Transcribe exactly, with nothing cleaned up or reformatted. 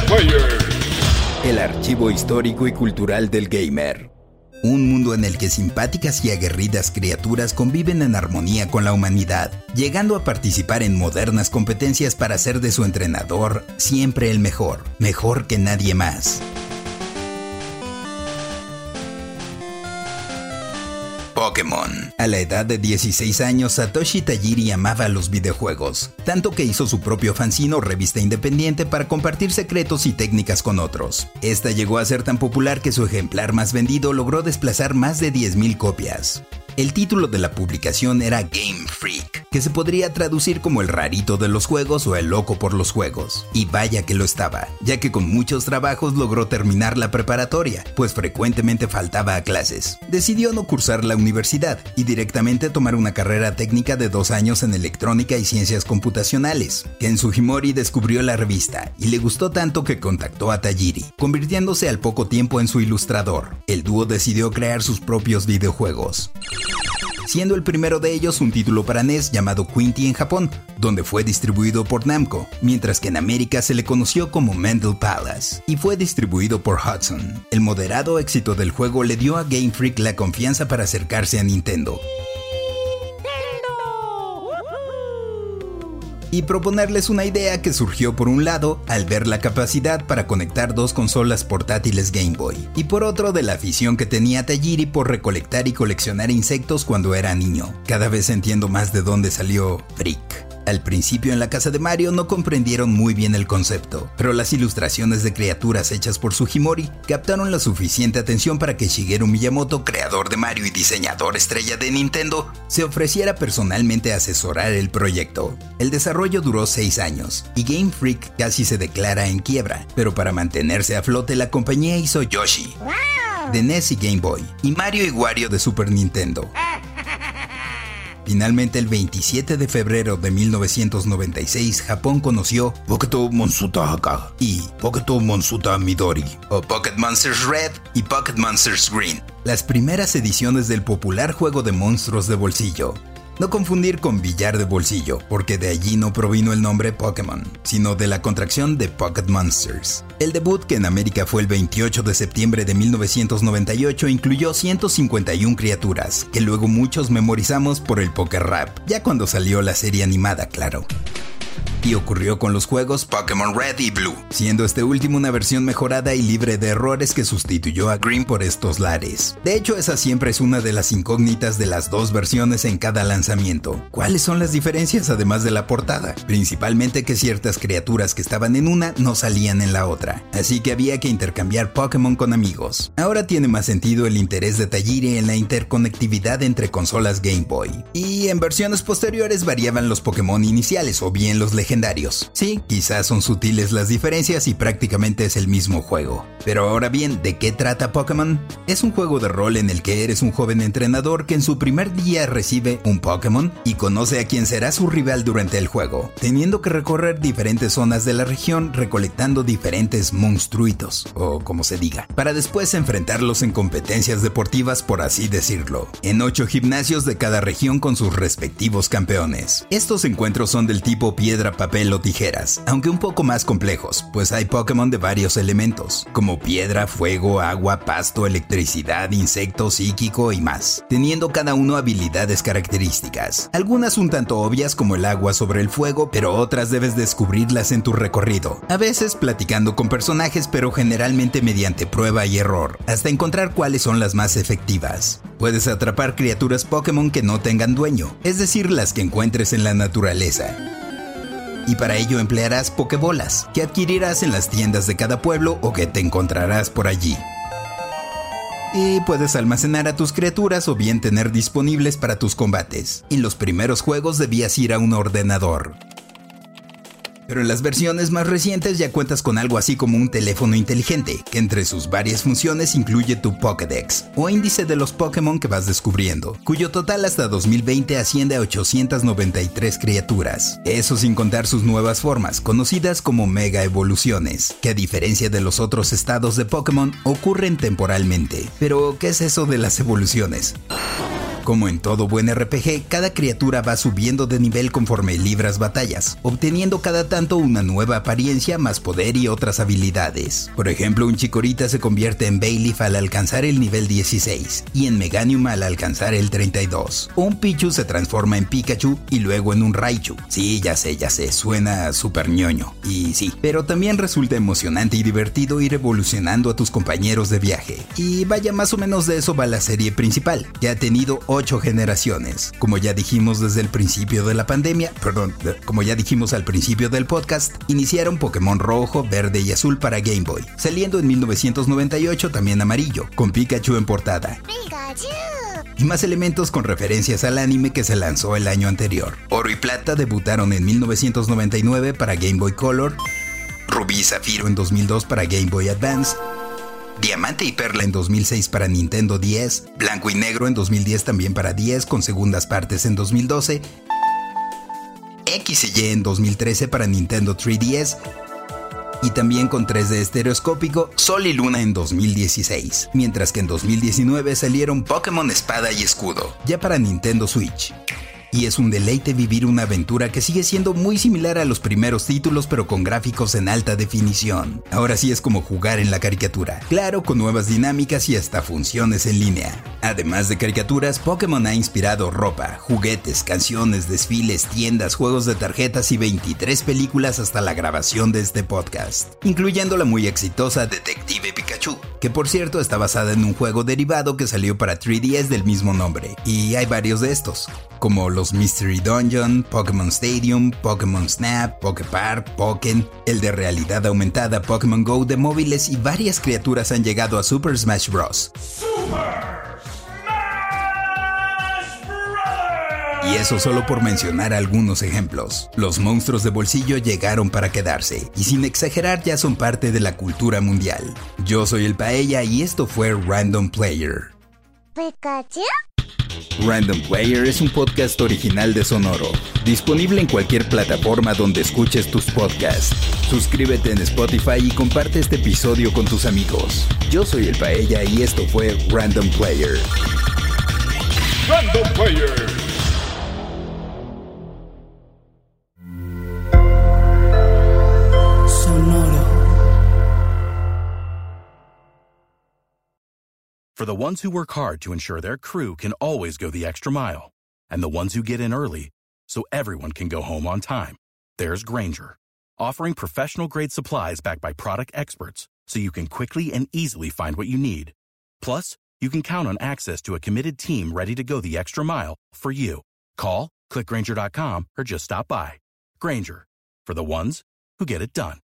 Fire. El archivo histórico y cultural del gamer. Un mundo en el que simpáticas y aguerridas criaturas conviven en armonía con la humanidad, llegando a participar en modernas competencias para hacer de su entrenador siempre el mejor, mejor que nadie más. Pokémon. A la edad de dieciséis años, Satoshi Tajiri amaba los videojuegos, tanto que hizo su propio fanzine o revista independiente para compartir secretos y técnicas con otros. Esta llegó a ser tan popular que su ejemplar más vendido logró desplazar más de diez mil copias. El título de la publicación era Game Freak, que se podría traducir como el rarito de los juegos o el loco por los juegos. Y vaya que lo estaba, ya que con muchos trabajos logró terminar la preparatoria, pues frecuentemente faltaba a clases. Decidió no cursar la universidad y directamente tomar una carrera técnica de dos años en electrónica y ciencias computacionales. Ken Sugimori descubrió la revista y le gustó tanto que contactó a Tajiri, convirtiéndose al poco tiempo en su ilustrador. El dúo decidió crear sus propios videojuegos, siendo el primero de ellos un título para N E S llamado Quinty en Japón, donde fue distribuido por Namco, mientras que en América se le conoció como Mendel Palace, y fue distribuido por Hudson. El moderado éxito del juego le dio a Game Freak la confianza para acercarse a Nintendo y proponerles una idea que surgió por un lado al ver la capacidad para conectar dos consolas portátiles Game Boy, y por otro de la afición que tenía Tajiri por recolectar y coleccionar insectos cuando era niño. Cada vez entiendo más de dónde salió Freak. Al principio en la casa de Mario no comprendieron muy bien el concepto, pero las ilustraciones de criaturas hechas por Sugimori captaron la suficiente atención para que Shigeru Miyamoto, creador de Mario y diseñador estrella de Nintendo, se ofreciera personalmente a asesorar el proyecto. El desarrollo duró seis años, y Game Freak casi se declara en quiebra, pero para mantenerse a flote la compañía hizo Yoshi, de N E S y Game Boy, y Mario y Wario de Super Nintendo. Finalmente, el veintisiete de febrero de mil novecientos noventa y seis, Japón conoció Pocket Monster Haka y Pocket Monster Midori, o Pocket Monsters Red y Pocket Monsters Green, las primeras ediciones del popular juego de monstruos de bolsillo. No confundir con billar de bolsillo, porque de allí no provino el nombre Pokémon, sino de la contracción de Pocket Monsters. El debut, que en América fue el veintiocho de septiembre de mil novecientos noventa y ocho, incluyó ciento cincuenta y una criaturas, que luego muchos memorizamos por el Poké Rap, ya cuando salió la serie animada, claro. Y ocurrió con los juegos Pokémon Red y Blue, siendo este último una versión mejorada y libre de errores que sustituyó a Green por estos lares. De hecho, esa siempre es una de las incógnitas de las dos versiones en cada lanzamiento. ¿Cuáles son las diferencias además de la portada? Principalmente que ciertas criaturas que estaban en una no salían en la otra, así que había que intercambiar Pokémon con amigos. Ahora tiene más sentido el interés de Tajiri en la interconectividad entre consolas Game Boy, y en versiones posteriores variaban los Pokémon iniciales o bien los legendarios. Sí, quizás son sutiles las diferencias y prácticamente es el mismo juego. Pero ahora bien, ¿de qué trata Pokémon? Es un juego de rol en el que eres un joven entrenador que en su primer día recibe un Pokémon y conoce a quien será su rival durante el juego, teniendo que recorrer diferentes zonas de la región recolectando diferentes monstruitos, o como se diga, para después enfrentarlos en competencias deportivas, por así decirlo, en ocho gimnasios de cada región con sus respectivos campeones. Estos encuentros son del tipo piedra, papel o tijeras, aunque un poco más complejos, pues hay Pokémon de varios elementos, como piedra, fuego, agua, pasto, electricidad, insecto, psíquico y más, teniendo cada uno habilidades características. Algunas un tanto obvias como el agua sobre el fuego, pero otras debes descubrirlas en tu recorrido, a veces platicando con personajes, pero generalmente mediante prueba y error, hasta encontrar cuáles son las más efectivas. Puedes atrapar criaturas Pokémon que no tengan dueño, es decir, las que encuentres en la naturaleza. Y para ello emplearás Pokébolas, que adquirirás en las tiendas de cada pueblo o que te encontrarás por allí. Y puedes almacenar a tus criaturas o bien tener disponibles para tus combates. En los primeros juegos debías ir a un ordenador, pero en las versiones más recientes ya cuentas con algo así como un teléfono inteligente, que entre sus varias funciones incluye tu Pokédex, o índice de los Pokémon que vas descubriendo, cuyo total hasta dos mil veinte asciende a ochocientas noventa y tres criaturas. Eso sin contar sus nuevas formas, conocidas como Mega Evoluciones, que a diferencia de los otros estados de Pokémon, ocurren temporalmente. Pero, ¿qué es eso de las evoluciones? Como en todo buen R P G, cada criatura va subiendo de nivel conforme libras batallas, obteniendo cada tanto una nueva apariencia, más poder y otras habilidades. Por ejemplo, un Chikorita se convierte en Bayleef al alcanzar el nivel dieciséis y en Meganium al alcanzar el treinta y dos. O un Pichu se transforma en Pikachu y luego en un Raichu. Sí, ya sé, ya sé, suena súper ñoño. Y sí, pero también resulta emocionante y divertido ir evolucionando a tus compañeros de viaje. Y vaya, más o menos de eso va la serie principal, que ha tenido ocho generaciones. Como ya dijimos desde el principio de la pandemia, perdón, como ya dijimos al principio del podcast, iniciaron Pokémon rojo, verde y azul para Game Boy, saliendo en mil novecientos noventa y ocho también amarillo, con Pikachu en portada. ¡Pikachu! Y más elementos con referencias al anime que se lanzó el año anterior. Oro y Plata debutaron en mil novecientos noventa y nueve para Game Boy Color, Rubí y Zafiro en dos mil dos para Game Boy Advance, Diamante y Perla en dos mil seis para Nintendo D S, Blanco y Negro en dos mil diez también para D S con segundas partes en dos mil doce, X y Y en dos mil trece para Nintendo tres D S y también con tres D estereoscópico Sol y Luna en dos mil dieciséis, mientras que en dos mil diecinueve salieron Pokémon Espada y Escudo, ya para Nintendo Switch. Y es un deleite vivir una aventura que sigue siendo muy similar a los primeros títulos, pero con gráficos en alta definición. Ahora sí es como jugar en la caricatura, claro, con nuevas dinámicas y hasta funciones en línea. Además de caricaturas, Pokémon ha inspirado ropa, juguetes, canciones, desfiles, tiendas, juegos de tarjetas y veintitrés películas hasta la grabación de este podcast, incluyendo la muy exitosa Detective Pikachu, que por cierto está basada en un juego derivado que salió para tres D S del mismo nombre, y hay varios de estos, como los Mystery Dungeon, Pokémon Stadium, Pokémon Snap, Poképark, Pokken, el de realidad aumentada Pokémon Go de móviles y varias criaturas han llegado a Super Smash Bros. Super Smash Bros. Y eso solo por mencionar algunos ejemplos. Los monstruos de bolsillo llegaron para quedarse, y sin exagerar ya son parte de la cultura mundial. Yo soy el Paella y esto fue Random Player. ¿Pikachu? Random Player es un podcast original de Sonoro, disponible en cualquier plataforma donde escuches tus podcasts. Suscríbete en Spotify y comparte este episodio con tus amigos. Yo soy el Paella y esto fue Random Player. Random Player. For the ones who work hard to ensure their crew can always go the extra mile, and the ones who get in early so everyone can go home on time, there's Grainger, offering professional-grade supplies backed by product experts so you can quickly and easily find what you need. Plus, you can count on access to a committed team ready to go the extra mile for you. Call, click Grainger dot com, or just stop by. Grainger, for the ones who get it done.